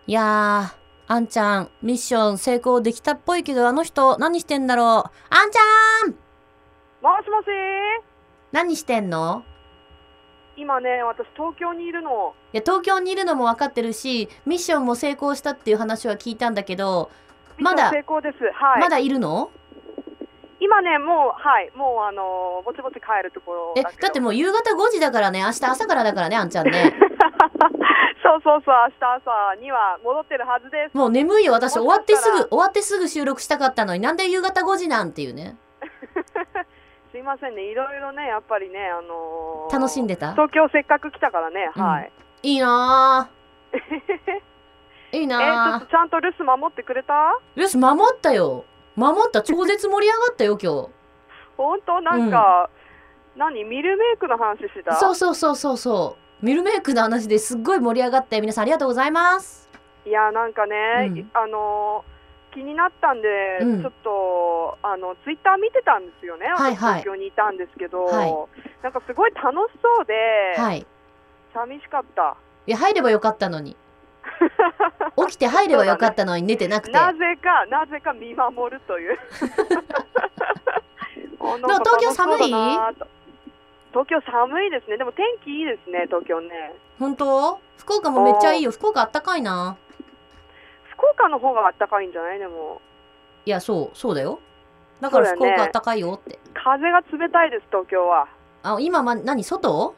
いやー、あんちゃん、ミッション成功できたっぽいけど、あの人、何してんだろう。あんちゃんもしもし。 何してんの？ 今ね、私東京にいるの。 いや、東京にいるのも分かってるし、ミッションも成功したっていう話は聞いたんだけど、 ミッション成功です。はい。 まだいるの？ 今ね、もうぼちぼち帰るところだってもう夕方5時だからね、明日朝からだからね、あんちゃんね。 そうそうそう、明日朝には戻ってるはずです。 もう眠いよ、私終わってすぐ収録したかったのに、なんで夕方5時なんていうね。 すいませんね、いろいろね、やっぱりね、 楽しんでた？ 東京せっかく来たからね、はい。 いいなぁ。いいなぁ。 ちょっとちゃんと留守守ってくれた？ 留守守ったよ。守った。超絶盛り上がったよ、今日。 本当？なんか、ミルメイクの話してた？ そう。ミルメイクの話ですっごい盛り上がって、皆さんありがとうございます。 いや、なんかね、気になったんで、ちょっとツイッター見てたんですよね。私東京にいたんですけど、なんかすごい楽しそうで、寂しかった。 いや、入ればよかったのに。起きて入ればよかったのに寝てなくて。 なぜか見守るという。 東京寒い？ 東京寒いですね。でも天気いいですね、東京ね。 本当？福岡もめっちゃいいよ。福岡あったかいな。 福岡の方があったかいんじゃない？でも。 いや、そうだよ。だから福岡あったかいよって。 風が冷たいです、東京は。 今何？外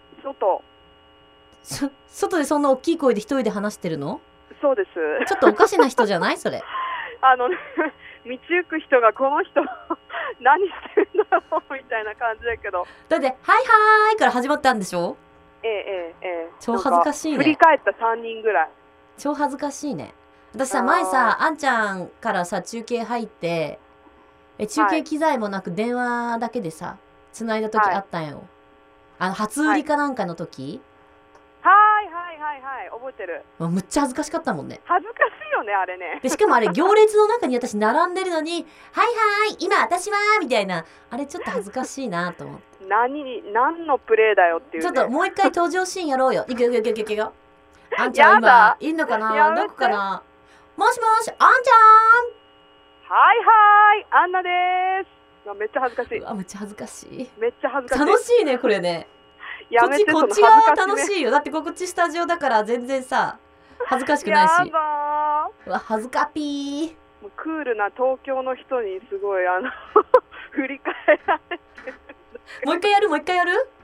でそんな大きい声で一人で話してるの？ そうです。 ちょっとおかしな人じゃない？それ。 道行く人がこの人何してるんだろうみたいな感じだけど。 だって「はいはーい」から始まったんでしょ？超恥ずかしいね。 振り返った3人ぐらい。 超恥ずかしいね。私さ、前さ、あんちゃんからさ、中継入って、中継機材もなく電話だけでさ、繋いだ時あったんよ。初売りかなんかの時。 はい、覚えてる。 むっちゃ恥ずかしかったもんね。 恥ずかしいよね、あれね。 で、しかもあれ、行列の中に私並んでるのに、はいはい、今私はみたいな、あれちょっと恥ずかしいなと思って。 何のプレイだよっていう、ね。 ちょっともう一回登場シーンやろうよ。いくよ。あんちゃん今、いんのかな？どこかな？もしもし、あんちゃん。 はい、アンナです。めっちゃ恥ずかしい。 めっちゃ恥ずかしい。 めっちゃ恥ずかしい。 楽しいね、これね。こっちが楽しいよ。だってこっちスタジオだから全然さ、恥ずかしくないし。 やだー。うわ、恥ずかぴー。 もうクールな東京の人にすごい振り返られてる。 もう一回やる？ もうい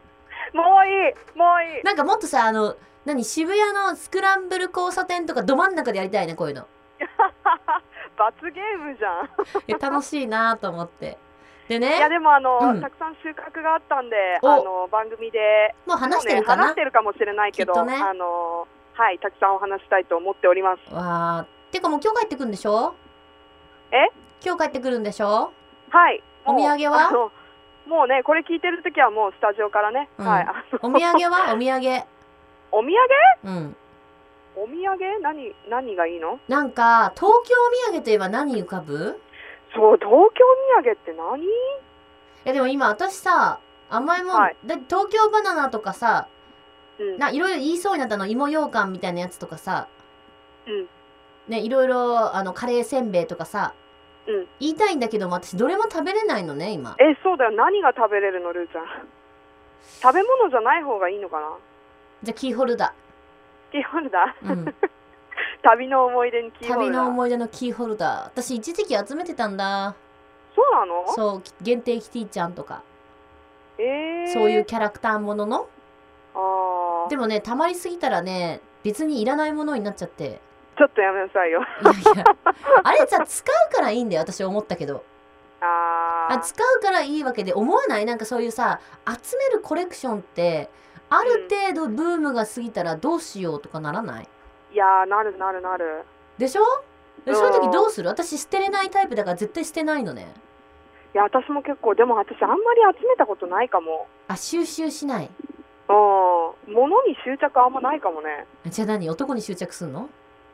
い。 なんかもっとさ、渋谷のスクランブル交差点とかど真ん中でやりたいね、こういうの。 罰ゲームじゃん。 楽しいなと思って。でね。 いやでもたくさん収穫があったんで、番組でもう話してるかな？ 話してるかもしれないけど、 ね、 はい、たくさんお話したいと思っております。 わー。てかもう今日帰ってくるんでしょ？今日帰ってくるんでしょ？ はい。 お土産は？ もうね、これ聞いてるときはもうスタジオからね。はい。 お土産は？お土産。 お土産？ うん。 お土産？何がいいの？ なんか、東京土産といえば何浮かぶ？ そう、東京土産って何？ でも今私さ、甘いもん、だって東京バナナとかさ、いろいろ言いそうになったの、芋ようかんみたいなやつとかさ、ね、いろいろカレーせんべいとかさ、言いたいんだけども、私どれも食べれないのね、今。 そうだよ。何が食べれるの、ルーちゃん。食べ物じゃない方がいいのかな？ じゃあキーホルダー。キーホルダー？旅の思い出にキーホルダー。 旅の思い出のキーホルダー。私一時期集めてたんだ。 そうなの？ そう、限定キティちゃんとか。そういうキャラクターものの。でもね、溜まりすぎたらね、別にいらないものになっちゃって。 ちょっとやめなさいよ。 いや、あれさ、使うからいいんだよ、私思ったけど。使うからいいわけで、思わない？なんかそういうさ、集めるコレクションって、ある程度ブームが過ぎたらどうしようとかならない？ いやー、なる。 でしょ？そういう時どうする？私捨てれないタイプだから絶対捨てないのね。 いや、私も結構、でも私あんまり集めたことないかも。 収集しない？ 物に執着あんまないかもね。 じゃあ何？男に執着すんの？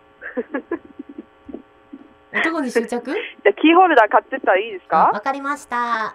男に執着？ じゃあキーホルダー買ってったらいいですか？ わかりました。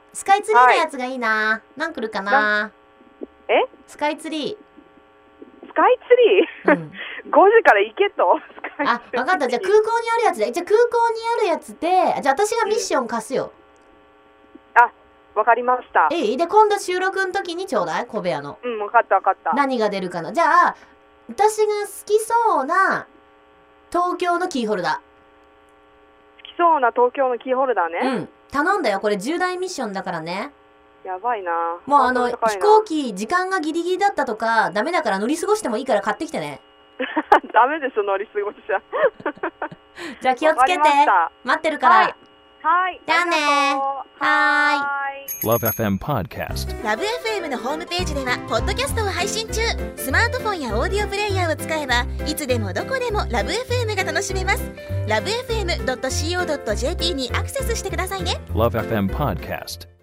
スカイツリーのやつがいいな。何来るかな？スカイツリー。 カイツリー、5時から行けと。 あ、分かった。じゃあ空港にあるやつで。じゃあ空港にあるやつで、じゃあ私がミッション貸すよ。 あ、わかりました。 で、今度収録の時にちょうだい、小部屋の。 わかったわかった。 何が出るかな。じゃあ、私が好きそうな東京のキーホルダー。好きそうな東京のキーホルダーね。 頼んだよ。これ重大ミッションだからね。 やばいな。 もう飛行機時間がギリギリだったとかダメだから乗り過ごしてもいいから買ってきてね。 ダメでしょ、乗り過ごしちゃ。 じゃあ気をつけて。待ってるから。 はい。 じゃあね。はーい。LoveFM Podcast。LoveFM のホームページではポッドキャストを配信中。スマートフォンやオーディオプレイヤーを使えばいつでもどこでも LoveFM が楽しめます。LoveFM.co.jp にアクセスしてくださいね。 LoveFM Podcast。